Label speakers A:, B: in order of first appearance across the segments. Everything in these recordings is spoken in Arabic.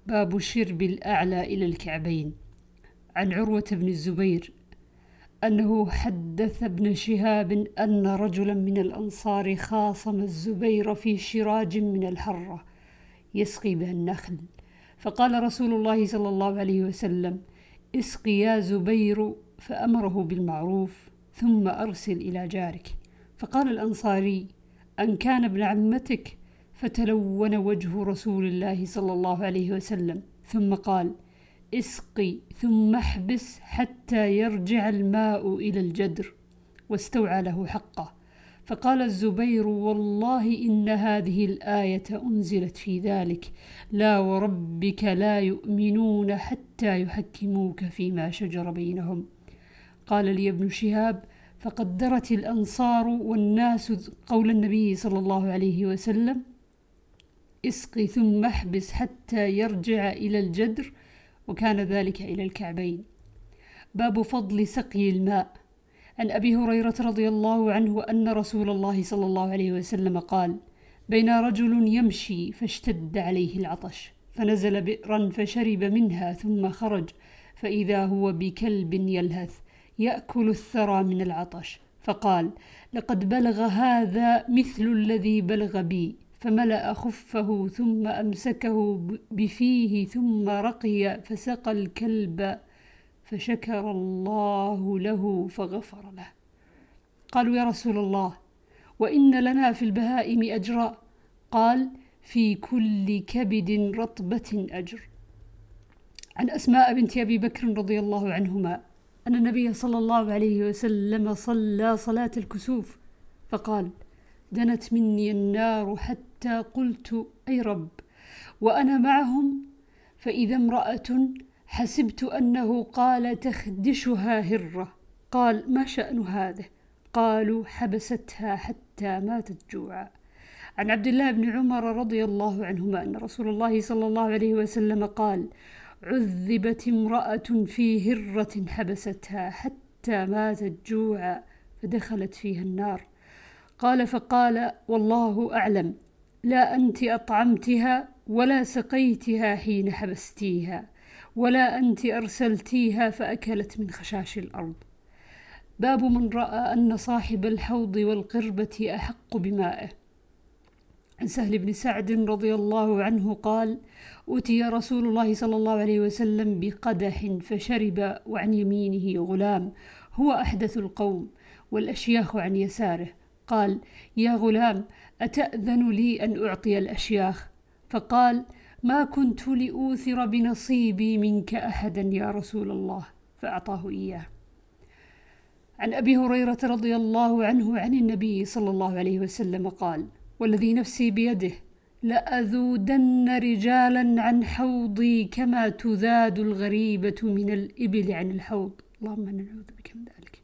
A: باب الشرب الأعلى إلى الكعبين. عن عروة بن الزبير أنه حدث ابن شهاب أن رجلا من الأنصار خاصم الزبير في شراج من الحرة يسقي بها النخل، فقال رسول الله صلى الله عليه وسلم: اسقي يا زبير، فأمره بالمعروف ثم أرسل إلى جارك. فقال الأنصاري: أن كان ابن عمتك؟ فتلون وجه رسول الله صلى الله عليه وسلم، ثم قال: اسقي ثم احبس حتى يرجع الماء إلى الجدر، واستوعى له حقه. فقال الزبير: والله إن هذه الآية أنزلت في ذلك: لا وربك لا يؤمنون حتى يحكموك فيما شجر بينهم. قال لي ابن شهاب: فقدرت الأنصار والناس قول النبي صلى الله عليه وسلم: اسقي ثم احبس حتى يرجع إلى الجدر، وكان ذلك إلى الكعبين. باب فضل سقي الماء. عن أبي هريرة رضي الله عنه أن رسول الله صلى الله عليه وسلم قال: بين رجل يمشي فاشتد عليه العطش، فنزل بئرا فشرب منها، ثم خرج فإذا هو بكلب يلهث يأكل الثرى من العطش، فقال: لقد بلغ هذا مثل الذي بلغ بي، فملأ خفه ثم أمسكه بفيه ثم رقي فسقى الكلب، فشكر الله له فغفر له. قالوا: يا رسول الله، وإن لنا في البهائم أجرا؟ قال: في كل كبد رطبة أجر. عن أسماء بنت أبي بكر رضي الله عنهما أن النبي صلى الله عليه وسلم صلى صلاة الكسوف فقال: دنت مني النار حتى قلت: أي رب، وأنا معهم، فإذا امرأة حسبت أنه قال تخدشها هرة. قال: ما شأن هذا؟ قالوا: حبستها حتى ماتت جوعا. عن عبد الله بن عمر رضي الله عنهما أن رسول الله صلى الله عليه وسلم قال: عذبت امرأة في هرة حبستها حتى ماتت جوعا فدخلت فيها النار. قال: فقال: والله أعلم، لا أنت أطعمتها ولا سقيتها حين حبستيها، ولا أنت أرسلتيها فأكلت من خشاش الأرض. باب من رأى أن صاحب الحوض والقربة أحق بمائه. عن سهل بن سعد رضي الله عنه قال: أتي رسول الله صلى الله عليه وسلم بقدح فشرب، وعن يمينه غلام هو أحدث القوم والأشياخ عن يساره. قال: يا غلام، أتأذن لي أن أعطي الأشياخ؟ فقال: ما كنت لأوثر بنصيبي منك أحدا يا رسول الله، فأعطاه إياه. عن أبي هريرة رضي الله عنه عن النبي صلى الله عليه وسلم قال: والذي نفسي بيده لأذودن رجالا عن حوضي كما تذاد الغريبة من الإبل عن الحوض، اللهم نعوذ بك من ذلك.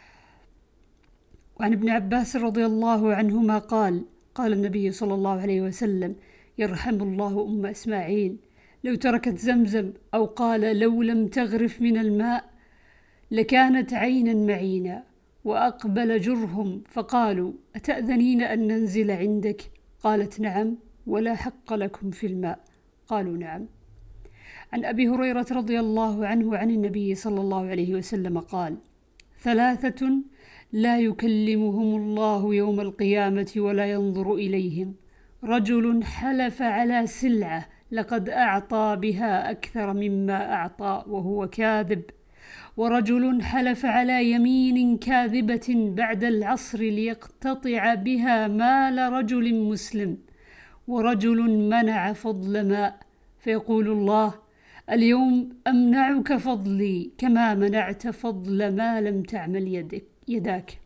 A: وعن ابن عباس رضي الله عنهما قال: قال النبي صلى الله عليه وسلم: يرحم الله أم إسماعيل، لو تركت زمزم، أو قال: لو لم تغرف من الماء لكانت عينا معينا. وأقبل جرهم فقالوا: أتأذنين أن ننزل عندك؟ قالت: نعم، ولا حق لكم في الماء. قالوا: نعم. عن أبي هريرة رضي الله عنه عن النبي صلى الله عليه وسلم قال: ثلاثة لا يكلمهم الله يوم القيامة ولا ينظر إليهم: رجل حلف على سلعة لقد أعطى بها أكثر مما أعطى وهو كاذب، ورجل حلف على يمين كاذبة بعد العصر ليقتطع بها مال رجل مسلم، ورجل منع فضل ماء، فيقول الله: اليوم أمنعك فضلي كما منعت فضل ما لم تعمل يداك.